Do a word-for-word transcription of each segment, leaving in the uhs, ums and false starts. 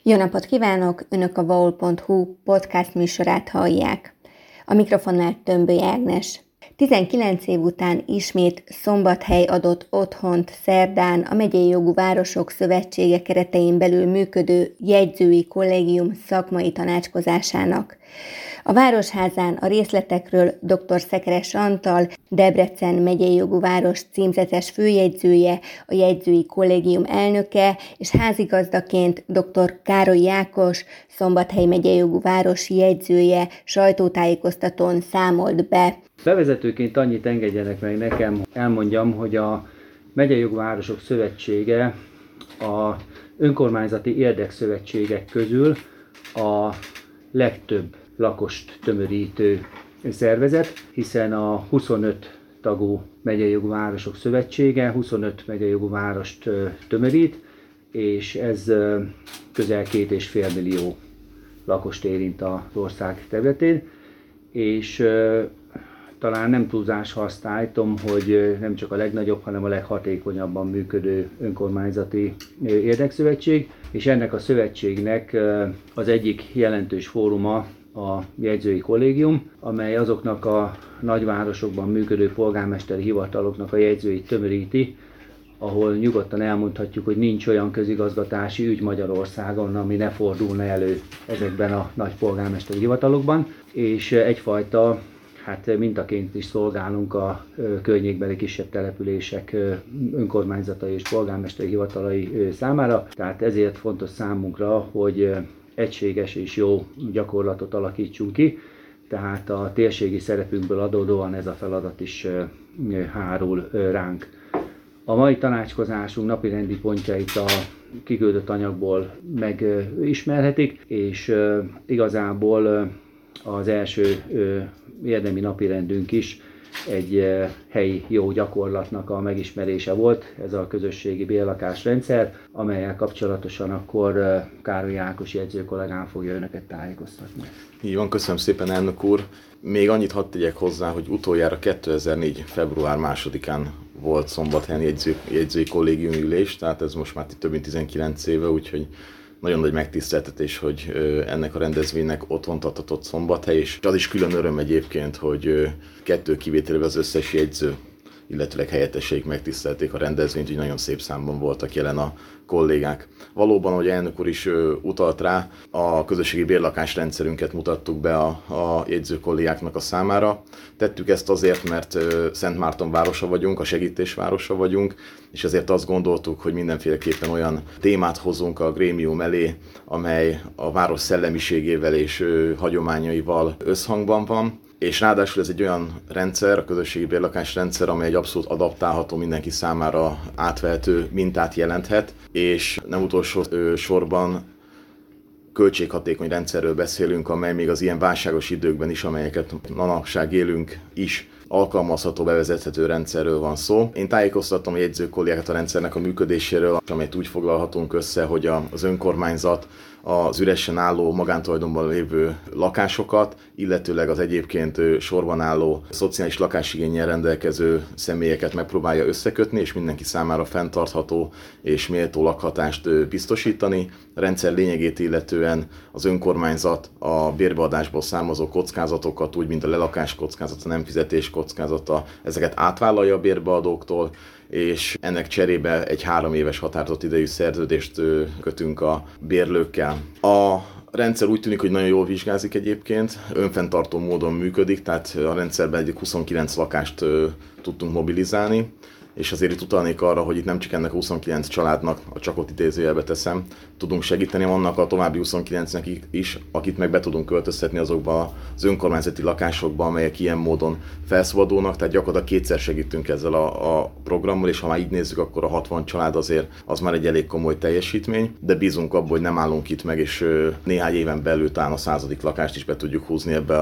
Jó napot kívánok! Önök a vaul pont hu podcast műsorát hallják. A mikrofonnál Tömböly Ágnes. tizenkilenc év után ismét Szombathely adott otthont szerdán a Megyei Jogú Városok Szövetsége keretein belül működő jegyzői kollégium szakmai tanácskozásának. A Városházán a részletekről dr. Szekeres Antal, Debrecen Megyei Jogú Város címzetes főjegyzője, a jegyzői kollégium elnöke, és házigazdaként dr. Károly Jákos, Szombathely Megyei Jogú Város jegyzője sajtótájékoztatón számolt be. Bevezetőként annyit engedjenek meg nekem, elmondjam, hogy a Megyei Jogú Városok Szövetsége a önkormányzati érdekszövetségek közül a legtöbb lakost tömörítő szervezet, hiszen a huszonöt tagú Megyei Jogú Városok Szövetsége huszonöt megyei jogú várost tömörít, és ez közel két és fél millió lakost érint az ország területén, és talán nem túlzás, ha azt állítom, hogy nem csak a legnagyobb, hanem a leghatékonyabban működő önkormányzati érdekszövetség, és ennek a szövetségnek az egyik jelentős fóruma a jegyzői kollégium, amely azoknak a nagyvárosokban működő polgármesteri hivataloknak a jegyzőit tömöríti, ahol nyugodtan elmondhatjuk, hogy nincs olyan közigazgatási ügy Magyarországon, ami ne fordulna elő ezekben a nagy polgármesteri hivatalokban, és egyfajta hát mintaként is szolgálunk a környékbeli kisebb települések önkormányzatai és polgármesteri hivatalai számára, tehát ezért fontos számunkra, hogy egységes és jó gyakorlatot alakítsunk ki, tehát a térségi szerepünkből adódóan ez a feladat is hárul ránk. A mai tanácskozásunk napirendi pontjait a kiküldött anyagból megismerhetik, és igazából az első érdemi napirendünk is egy helyi jó gyakorlatnak a megismerése volt, ez a közösségi bérlakásrendszer, amellyel kapcsolatosan akkor Károly Jákos jegyző kollégám fogja önöket tájékoztatni. Így van, köszönöm szépen, elnök úr. Még annyit hadd tegyek hozzá, hogy utoljára kétezer-négy. február másodikán volt Szombathelyen jegyző, jegyzői kollégium ülés, tehát ez most már több mint tizenkilenc éve, úgyhogy nagyon nagy megtiszteltetés, hogy ennek a rendezvénynek otthont adhatott Szombathely, és az is külön öröm egyébként, hogy kettő kivételével az összes jegyző, illetőleg helyetteseik megtisztelték a rendezvényt, úgy nagyon szép számban voltak jelen a kollégák. Valóban, ahogy elnök úr is utalt rá, a közösségi bérlakásrendszerünket mutattuk be a, a jegyző kollégáknak a számára. Tettük ezt azért, mert Szentmárton városa vagyunk, a segítés városa vagyunk, és ezért azt gondoltuk, hogy mindenféleképpen olyan témát hozunk a grémium elé, amely a város szellemiségével és hagyományaival összhangban van. És ráadásul ez egy olyan rendszer, a közösségi bérlakásrendszer, amely egy abszolút adaptálható, mindenki számára átvehető mintát jelenthet, és nem utolsó sorban költséghatékony rendszerről beszélünk, amely még az ilyen válságos időkben is, amelyeket manapság élünk is, alkalmazható, bevezethető rendszerről van szó. Én tájékoztattam a jegyző kollégákat a rendszernek a működéséről, amelyet úgy foglalhatunk össze, hogy az önkormányzat az üresen álló, magántulajdonban lévő lakásokat, illetőleg az egyébként sorban álló, szociális lakásigénnyel rendelkező személyeket megpróbálja összekötni, és mindenki számára fenntartható és méltó lakhatást biztosítani. A rendszer lényegét illetően az önkormányzat a bérbeadásból származó kockázatokat, úgy mint a lelakás kockázata, nem fizetés kockázata, ezeket átvállalja a bérbeadóktól, és ennek cserébe egy három éves határozott idejű szerződést kötünk a bérlőkkel. A rendszer úgy tűnik, hogy nagyon jól vizsgázik egyébként, önfenntartó módon működik, tehát a rendszerben egy huszonkilenc lakást tudtunk mobilizálni, és azért itt utalnék arra, hogy itt nem csak ennek a huszonkilenc családnak, a csakot idézőjelbe teszem, tudunk segíteni, vannak a további huszonkilencnek is, akit meg be tudunk költöztetni azokba az önkormányzati lakásokba, amelyek ilyen módon felszabadulnak, tehát gyakorlatilag kétszer segítünk ezzel a, a programmal, és ha már így nézzük, akkor a hatvan család azért az már egy elég komoly teljesítmény, de bízunk abban, hogy nem állunk itt meg, és néhány éven belül talán a századik lakást is be tudjuk húzni ebbe a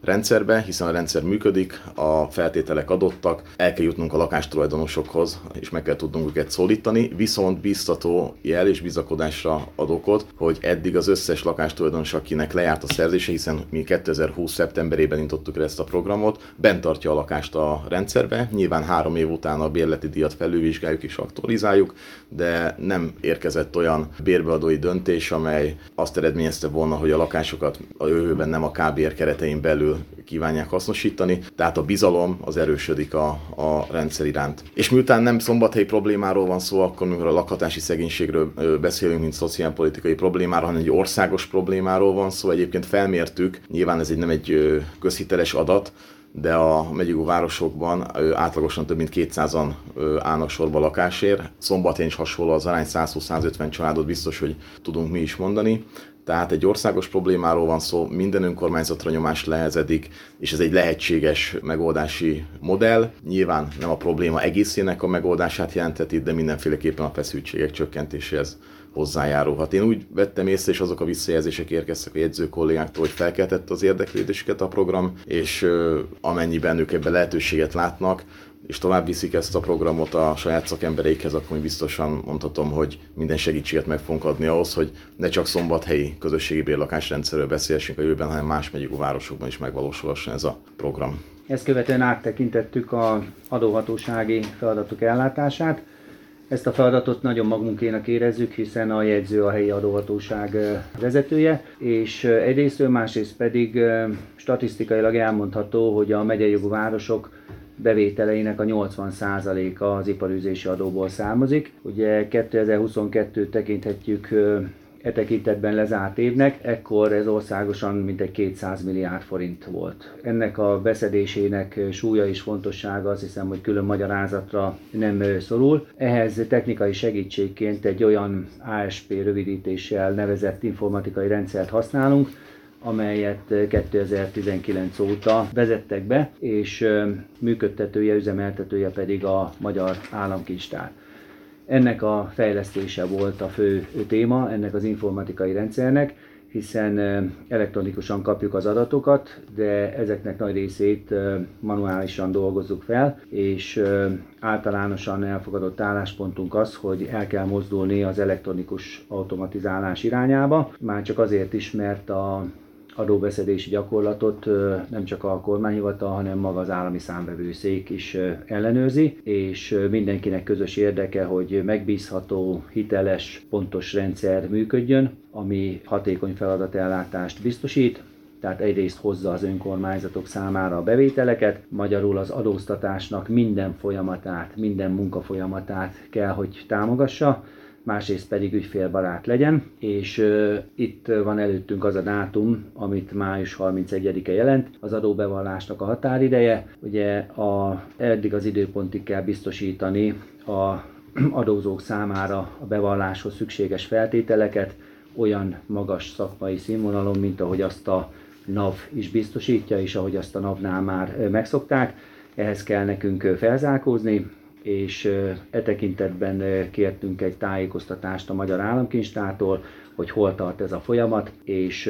rendszerbe, hiszen a rendszer működik, a feltételek adottak, el kell jutnunk a lakástulajdonosokhoz, és meg kell tudnunk őket szólítani, viszont biztató jel és bizakodásra ad okot, hogy eddig az összes lakástulajdonos, akinek lejárt a szerzése, hiszen mi kétezer-húsz szeptemberében indítottuk el ezt a programot, bent tartja a lakást a rendszerbe, nyilván három év után a bérleti díjat felülvizsgáljuk és aktualizáljuk, de nem érkezett olyan bérbeadói döntés, amely azt eredményezte volna, hogy a lakásokat a jövőben nem a ká-bér keretein belül kívánják hasznosítani, tehát a bizalom az erősödik a, a rendszer iránt. És miután nem szombathelyi problémáról van szó, akkor amikor a lakhatási szegénységről beszélünk, mint szociálpolitikai problémáról, hanem egy országos problémáról van szó. Egyébként felmértük, nyilván ez egy nem egy közhiteles adat, de a megyei városokban átlagosan több mint kétszázan állnak sorba lakásért. Szombathelyen is hasonló az arány, száz-húsz-százötven családot biztos, hogy tudunk mi is mondani. Tehát egy országos problémáról van szó, minden önkormányzatra nyomás lehezedik, és ez egy lehetséges megoldási modell. Nyilván nem a probléma egészének a megoldását jelentheti, de mindenféleképpen a feszültségek csökkentéséhez hozzájárulhat. Én úgy vettem észre, és azok a visszajelzések érkeztek a jegyző kollégáktól, hogy felkeltett az érdeklődésüket a program, és amennyiben ők ebben lehetőséget látnak, és tovább viszik ezt a programot a saját szakembereikhez, akkor biztosan mondhatom, hogy minden segítséget meg fogunk adni ahhoz, hogy ne csak szombathelyi közösségi bérlakásrendszerről beszélhessünk a jövőben, hanem más megyei városokban is megvalósulhasson ez a program. Ezt követően áttekintettük az adóhatósági feladatok ellátását. Ezt a feladatot nagyon magunkénak érezzük, hiszen a jegyző a helyi adóhatóság vezetője, és egyrésztről, másrészt pedig statisztikailag elmondható, hogy a megyei jogú városok bevételeinek a nyolcvan százaléka az iparűzési adóból származik. Ugye kétezer-huszonkettőt tekinthetjük e tekintetben lezárt évnek, ekkor ez országosan mintegy kétszáz milliárd forint volt. Ennek a beszedésének súlya és fontossága, azt hiszem, hogy külön magyarázatra nem szorul. Ehhez technikai segítségként egy olyan á es pé rövidítéssel nevezett informatikai rendszert használunk, amelyet kétezer-tizenkilenc óta vezettek be, és működtetője, üzemeltetője pedig a Magyar Államkincstár. Ennek a fejlesztése volt a fő téma ennek az informatikai rendszernek, hiszen elektronikusan kapjuk az adatokat, de ezeknek nagy részét manuálisan dolgozzuk fel, és általánosan elfogadott álláspontunk az, hogy el kell mozdulni az elektronikus automatizálás irányába, már csak azért is, mert a adóbeszedési gyakorlatot nem csak a kormányhivatal, hanem maga az állami számvevőszék is ellenőrzi, és mindenkinek közös érdeke, hogy megbízható, hiteles, pontos rendszer működjön, ami hatékony feladatellátást biztosít. Tehát egyrészt hozza az önkormányzatok számára a bevételeket, magyarul az adóztatásnak minden folyamatát, minden munkafolyamatát kell, hogy támogassa, másrészt pedig ügyfélbarát legyen, és uh, itt van előttünk az a dátum, amit május harmincegyedike jelent, az adóbevallásnak a határideje. Ugye a, eddig az időpontig kell biztosítani a adózók számára a bevalláshoz szükséges feltételeket olyan magas szakmai színvonalon, mint ahogy azt a NAV is biztosítja, és ahogy azt a NAV-nál már megszokták. Ehhez kell nekünk felzárkózni, és e tekintetben kértünk egy tájékoztatást a Magyar Államkincstártól, hogy hol tart ez a folyamat, és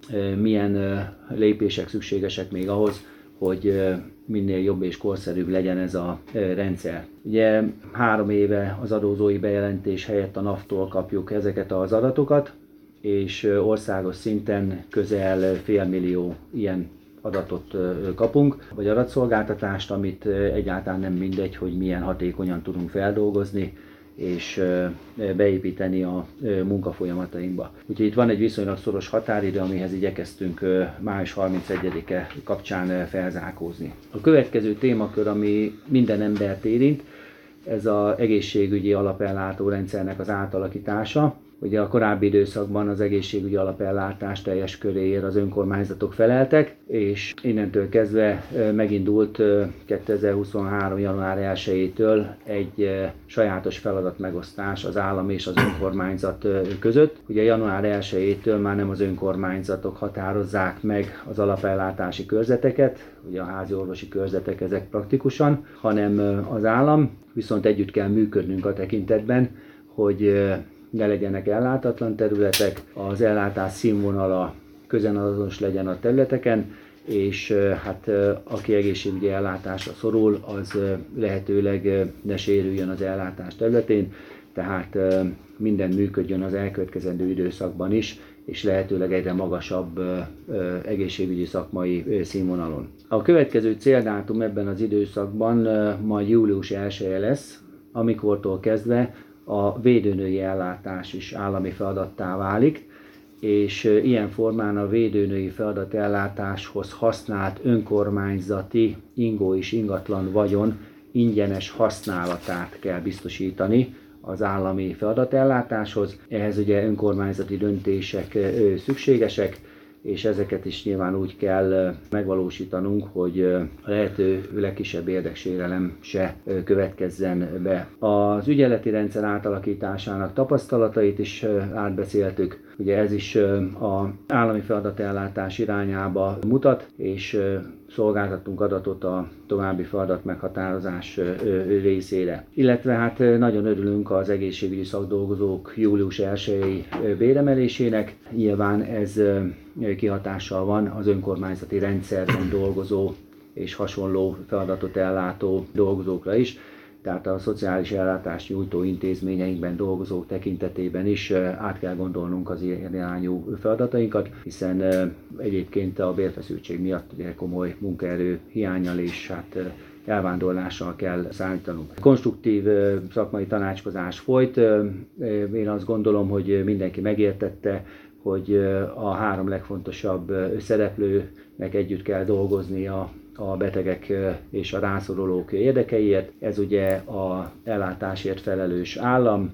milyen lépések szükségesek még ahhoz, hogy minél jobb és korszerűbb legyen ez a rendszer. Ugye három éve az adózói bejelentés helyett a NAV-tól kapjuk ezeket az adatokat, és országos szinten közel félmillió ilyen adatot kapunk, vagy adatszolgáltatást, amit egyáltalán nem mindegy, hogy milyen hatékonyan tudunk feldolgozni és beépíteni a munkafolyamatainkba. Úgyhogy itt van egy viszonylag szoros határidő, amihez igyekeztünk május harmincegyedike kapcsán felzárkózni. A következő témakör, ami minden embert érint, ez az egészségügyi alapellátó rendszernek az átalakítása. Ugye a korábbi időszakban az egészségügyi alapellátás teljes köréért az önkormányzatok feleltek, és innentől kezdve megindult kétezer-huszonhárom. január elsejétől egy sajátos feladatmegosztás az állam és az önkormányzat között. Ugye január elsejétől már nem az önkormányzatok határozzák meg az alapellátási körzeteket, ugye a házi orvosi körzetek ezek praktikusan, hanem az állam, viszont együtt kell működnünk a tekintetben, hogy ne legyenek ellátatlan területek, az ellátás színvonala közel azonos legyen a területeken, és hát aki egészségügyi ellátásra szorul, az lehetőleg ne sérüljön az ellátás területén, tehát minden működjön az elkövetkezendő időszakban is, és lehetőleg egyre magasabb egészségügyi szakmai színvonalon. A következő céldátum ebben az időszakban majd július elseje lesz, amikortól kezdve a védőnői ellátás is állami feladattá válik, és ilyen formán a védőnői feladatellátáshoz használt önkormányzati ingó és ingatlan vagyon ingyenes használatát kell biztosítani az állami feladatellátáshoz. Ehhez ugye önkormányzati döntések szükségesek, és ezeket is nyilván úgy kell megvalósítanunk, hogy a lehető legkisebb érdeksérelem se következzen be. Az ügyeleti rendszer átalakításának tapasztalatait is átbeszéltük. Ugye ez is az állami feladatellátás irányába mutat, és szolgáltattunk adatot a további feladat meghatározás részére. Illetve hát nagyon örülünk az egészségügyi szakdolgozók július elsejei béremelésének. Nyilván ez kihatással van az önkormányzati rendszerben dolgozó és hasonló feladatot ellátó dolgozókra is. Tehát a szociális ellátást nyújtó intézményeinkben dolgozók tekintetében is át kell gondolnunk az ilyen irányú feladatainkat, hiszen egyébként a bérfeszültség miatt ugye komoly munkaerő hiánnyal és hát elvándorlással kell számítanunk. Konstruktív szakmai tanácskozás folyt. Én azt gondolom, hogy mindenki megértette, hogy a három legfontosabb szereplőnek együtt kell dolgozni a a betegek és a rászorulók érdekeiért. Ez ugye a ellátásért felelős állam,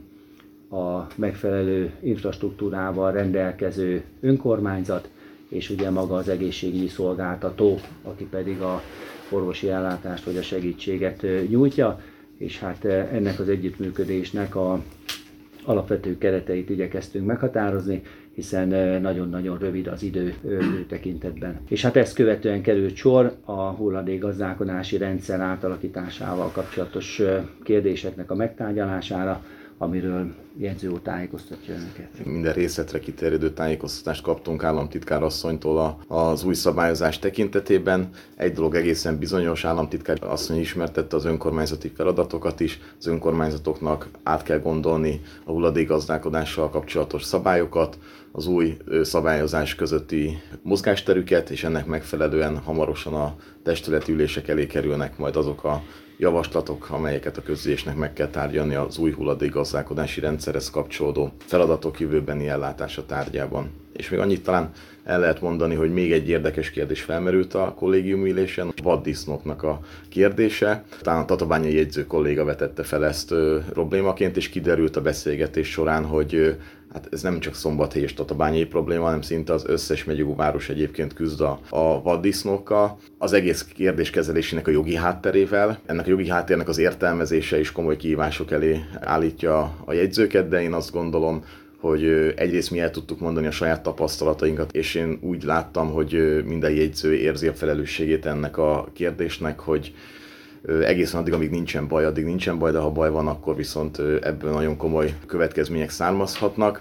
a megfelelő infrastruktúrával rendelkező önkormányzat, és ugye maga az egészségügyi szolgáltató, aki pedig a orvosi ellátást vagy a segítséget nyújtja, és hát ennek az együttműködésnek a alapvető kereteit igyekeztünk meghatározni, hiszen nagyon-nagyon rövid az idő tekintetben. És hát ezt követően került sor a hulladékgazdálkodási rendszer átalakításával kapcsolatos kérdéseknek a megtárgyalására, amiről jegyző úr tájékoztatja önöket. Minden részletre kiterjedő tájékoztatást kaptunk államtitkár asszonytól az új szabályozás tekintetében. Egy dolog egészen bizonyos, államtitkár asszony ismertette az önkormányzati feladatokat is. Az önkormányzatoknak át kell gondolni a hulladékgazdálkodással kapcsolatos szabályokat, az új szabályozás közötti mozgásterüket, és ennek megfelelően hamarosan a testületi ülések elé kerülnek majd azok a javaslatok, amelyeket a közgyűlésnek meg kell tárgyalni az új hulladékgazdálkodási rendszerhez kapcsolódó feladatok jövőbeni ellátása tárgyában. És még annyit talán el lehet mondani, hogy még egy érdekes kérdés felmerült a kollégium ülésen, a vaddisznóknak a kérdése. Talán a tatabányai jegyző kolléga vetette fel ezt ö, problémaként, és kiderült a beszélgetés során, hogy ö, hát ez nem csak Szombathely és tatabányai probléma, hanem szinte az összes megyei város egyébként küzd a, a vaddisznókkal. Az egész kérdés kezelésének a jogi hátterével. Ennek a jogi háttérnek az értelmezése is komoly kihívások elé állítja a jegyzőket, de én azt gondolom, hogy egyrészt mi el tudtuk mondani a saját tapasztalatainkat, és én úgy láttam, hogy minden jegyző érzi a felelősségét ennek a kérdésnek, hogy egészen addig, amíg nincsen baj, addig nincsen baj, de ha baj van, akkor viszont ebből nagyon komoly következmények származhatnak,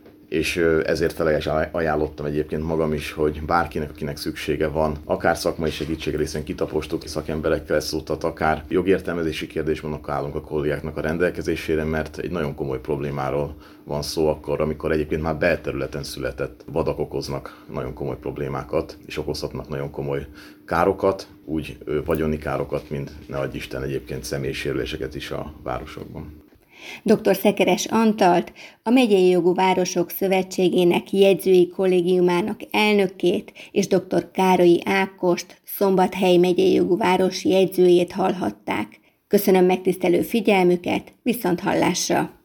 és ezért felajánlottam egyébként magam is, hogy bárkinek, akinek szüksége van, akár szakmai segítségre, hiszen kitapostuk szakemberekkel szótat, akár jogértelmezési kérdésben, akkor állunk a kollégáknak a rendelkezésére, mert egy nagyon komoly problémáról van szó akkor, amikor egyébként már belterületen született vadak okoznak nagyon komoly problémákat, és okozhatnak nagyon komoly károkat, úgy vagyoni károkat, mint ne adj Isten egyébként személysérüléseket is a városokban. doktor Szekeres Antalt, a Megyei Jogú Városok Szövetségének jegyzői kollégiumának elnökét és doktor Károlyi Ákost, Szombathely Megyei Jogú Város jegyzőjét hallhatták. Köszönöm megtisztelő figyelmüket, viszonthallásra!